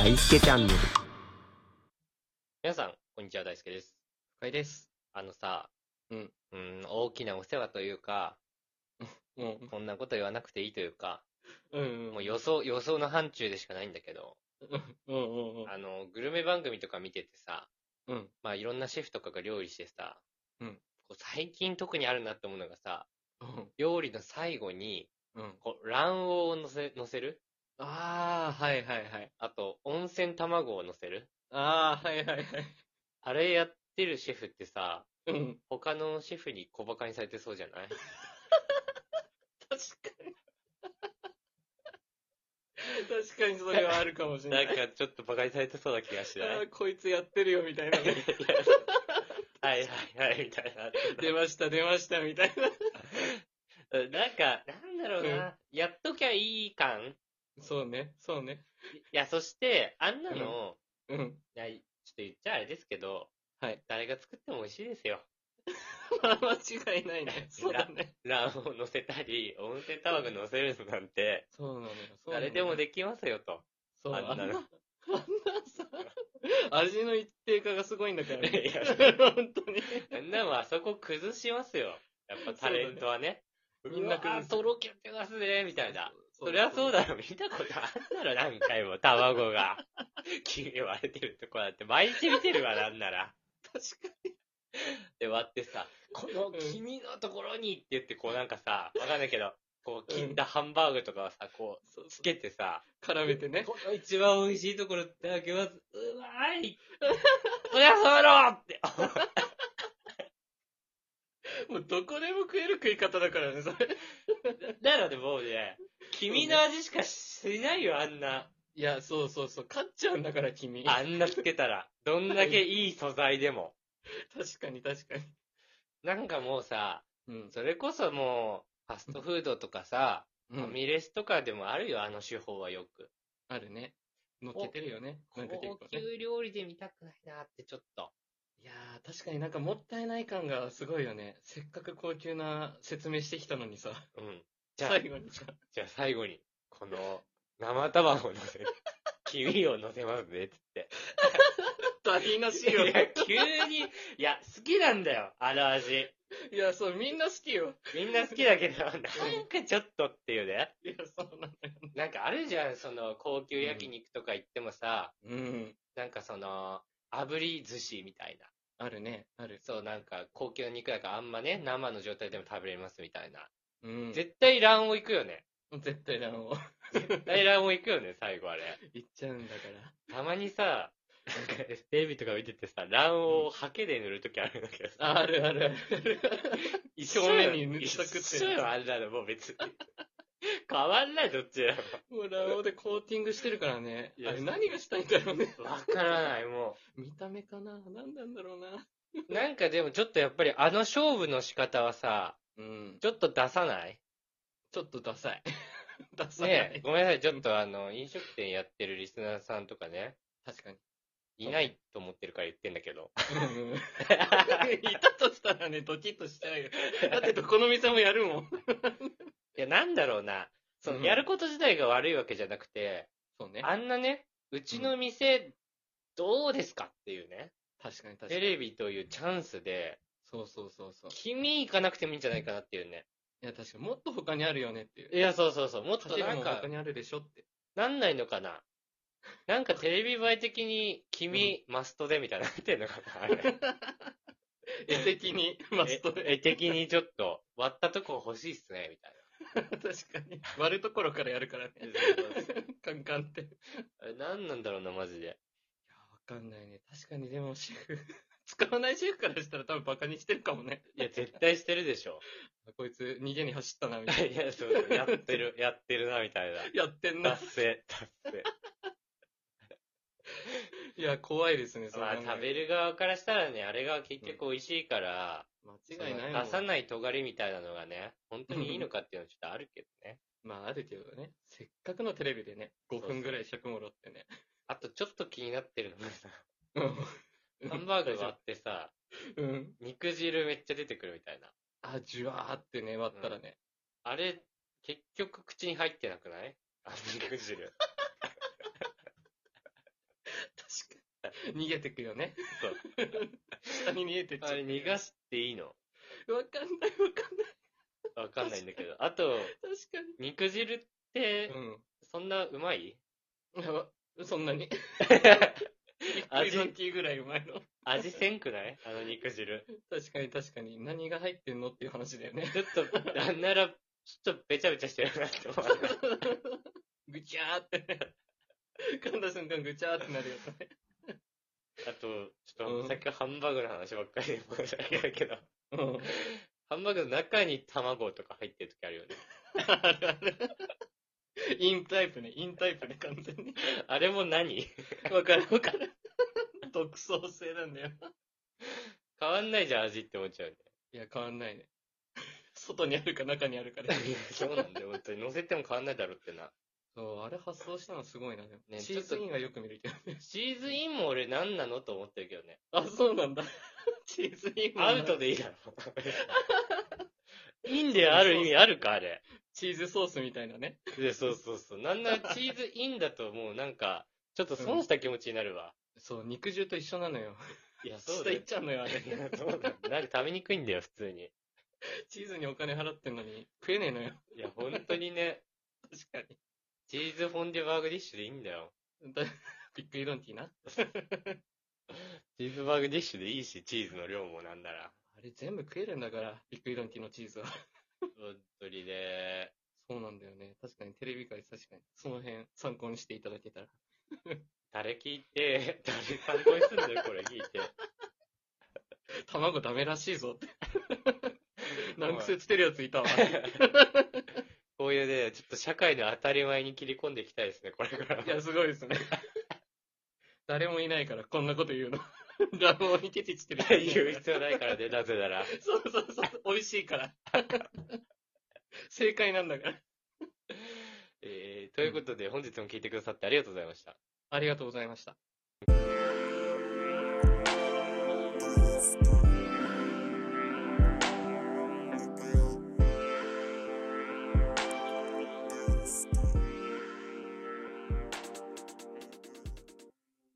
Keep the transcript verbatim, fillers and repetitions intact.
大輔チャンネル。 皆さん、こんにちは、大輔です。 深井です。 あのさ、 うん。 うーん、大きなお世話というか、 うん。 こんなこと言わなくていいというか、 うんうん。 もう予想、予想の範疇でしかないんだけど、 うんうんうん。 あの、グルメ番組とか見ててさ、 うん。 まあいろんなシェフとかが料理してさ、 うん。 こう最近特にあるなって思うのがさ、 うん。 料理の最後に、 うん。 こう卵黄を乗せ、乗せるああ、はいはいはい。 あと、温泉卵を乗せるああ、はいはいはい。 あれやってるシェフってさ、 うん。 他のシェフに小馬鹿にされてそうじゃない？ 確かに。確かにそれはあるかもしれな。 ないんかちょっと馬鹿にされてそうな気がしない？ ああ、こいつやってるよみたいなね。 はいはいはい、みたいな。 出ました出ましたみたいな。 なんか、なんだろうな、 うんやっときゃいい感そうね、そうね。 いや、そして、あんなの、 うん。 いや、ちょっと言っちゃあれですけど、 はい。 誰が作っても美味しいですよ。 まあ間違いないね。そうだね。 卵黄乗せたり、温泉卵乗せるのなんて、 そうなのよ。そうなのよ誰でもできますよと。 そう、 あんなのあんな、あんなさ、味の一定化がすごいんだからね。 いや本当に。 あんなもんあそこ崩しますよ。やっぱタレントはね。 みんな崩すうわーとろけてますね、みたいな。 そそりゃそうだろ、見たことあんだろ、何回も、卵が。黄身割れてるとこだって、毎日見てるわ、なんなら。 確かに。 で、割ってさ、この黄身のところにって言って、こうなんかさ、わかんないけど、こう切ったハンバーグとかをさ、こう、つけてさ、 絡めてね。 この一番美味しいところいただきます。うまいそりゃそうだろって。 もうどこでも食える食い方だからね、それ。 だからね、もうね、黄身の味しかしないよ、あんな。 いや、そうそうそう。勝っちゃうんだから、君。 あんなつけたら。どんだけいい素材でも。 確かに確かに。 なんかもうさ、 うん。 それこそもう、ファストフードとかさ、 うん。 ファミレスとかでもあるよ、あの手法はよく。 あるね。乗っけてるよね。なんか結高構ね。 級料理で見たくないなってちょっと。 いやー、確かになんかもったいない感がすごいよね。せっかく高級な説明してきたのにさ。 うん。じゃあ、 最後にさ。 じゃあ最後に、この、生卵を乗せる。黄身を乗せますね、つって。 台無しよ。 いや、急に、いや、好きなんだよ、あの味。 いや、そう、みんな好きよ。 みんな好きだけど、なんかちょっとっていうね。 いや、そうなのよ。 なんかあるじゃん、その、高級焼肉とか行ってもさ、 うん。 なんかその、炙り寿司みたいな。 あるね、ある。 そう、なんか高級な肉だからあんまね、生の状態でも食べれますみたいな。 うん。 絶対卵黄行くよね。 絶対だも絶対卵黄行くよね、最後あれ。 言っちゃうんだから。 たまにさ、なんかテレビとか見ててさ、卵黄をハケで塗るときあるんだけどさ。 あるあるある。 一表面に塗っとくって一緒よ、あんなのもう別に。変わんない、どっちでも。 もう卵黄でコーティングしてるからね。 いやあれ何がしたいんだろうね。 わからない、も見た目かな何なんだろうな。 う。なんかでもちょっとやっぱりあの勝負の仕方はさ、 うん。 ちょっと出さないちょっとダサい。ダサい。 ねえ、ごめんなさい、ちょっとあの、飲食店やってるリスナーさんとかね、 確かに。 いないと思ってるから言ってんだけど。 うんうん。いたとしたらね、ドキッとしちゃうよ。だってどこの店もやるもん。 いや、なんだろうな。その、 うんやること自体が悪いわけじゃなくて、 そうね。 あんなね、うちの店、どうですかっていうね、 確かに確かに。 テレビというチャンスで、 そうそうそうそう。 君行かなくてもいいんじゃないかなっていうね。 いや、確かにもっと他にあるよねっていう。 いや、そうそうそう。もっと他なんかも他、にあるでしょって。 なんないのかな。なんかテレビ映え的に、君、マストでみたいになってんのかな、あれ。 絵的にマストえ絵的にちょっと、割ったとこ欲しいっすね、みたい確かに。割るところからやるからね。 な。 カンカンって。いあれ何なんだろうな、マジで。 や、わかんないね。確かにでもシェフ、使わないシェフからしたら多分バカにしてるかもね。 いや、絶対してるでしょ。 こいつ逃げに走ったな、みたいいや、そう、やってる、やってるな、みたいな。 な。やってんな。 達成、達成。 いや、怖いですね、それまあ、食べる側からしたらね、あれが結局美味しいから、 間違いないもん。 出さない尖りみたいなのがね、本当にいいのかっていうのはちょっとあるけどね。 まあ、あるけどね。せっかくのテレビでね、ごふんぐらい尺もろってね。 あとちょっと気になってるのがさ、 うん。 ハンバーグ割ってさ、 うん。 肉汁めっちゃ出てくるみたいな。 あ、じゅわーってね、割ったらね。 あれ、結局口に入ってなくないあの肉汁。 逃げてくよね。 そう。 下に逃げてっちゃう。 あれ逃がしていいの？ わかんないわかんない。 わかんないんだけど。あと、 確かに。 肉汁って、 うん。 そんなうまい？ いやそんなに。 味ビッグイドンティーぐらいうまいの。 味せんくない？あの肉汁。 確かに確かに。何が入ってんのっていう話だよね。 ちょっと、なんなら、ちょっとべちゃべちゃしてるなって思う。 ぐちゃーってね。噛んだ瞬間ぐちゃーってなるよね。 あと、ちょっと、 うんさっきからハンバーグの話ばっかりで申し訳ないけど、 うん。 ハンバーグの中に卵とか入ってる時あるよね。 あるある。インタイプね。インタイプね、完全に。 あれも何？ わかるわかる。独創性なんだよ。 変わんないじゃん、味って思っちゃうね。 いや、変わんないね。外にあるか中にあるかで。 そうなんだよ、本当に。乗せても変わんないだろってな。 そう、あれ発想したのすごいな。でもねチーズインはよく見るけどね。 チーズインも俺何なのと思ってるけどね。 あ、そうなんだ。チーズインもアウトでいいだろ。インである意味あるか、あれ。 チーズソースみたいなね。 で、そうそうそう。なんならチーズインだともうなんか、ちょっと損した気持ちになるわ。 そう、肉汁と一緒なのよ。 いや、そう下だよ。 行っちゃうのよ、あれ。 いやそうだよ。なんか食べにくいんだよ、普通に。 チーズにお金払ってんのに食えねえのよ。 いや、本当にね、 確かに。 チーズフォンデュバーグディッシュでいいんだよ。 だビッグイドンティーな。 チーズバーグディッシュでいいし、チーズの量もなんなら。 あれ全部食えるんだから、ビッグイドンティーのチーズは。 本当にね。 そうなんだよね。確かにテレビ界確かに。その辺参考にしていただけたら。 誰聞いて、誰参考にすんだよ、これ聞いて。 卵ダメらしいぞって。難癖つけるやついたわ。 こういうね、ちょっと社会の当たり前に切り込んでいきたいですね、これから。 いや、すごいですね。誰もいないから、こんなこと言うの。ラブオにケチしてる。 言う必要ないからね、なぜなら。 そうそうそう。美味しいから。正解なんだから。 えー、ということで、本日も聞いてくださってありがとうございました。 ありがとうございました。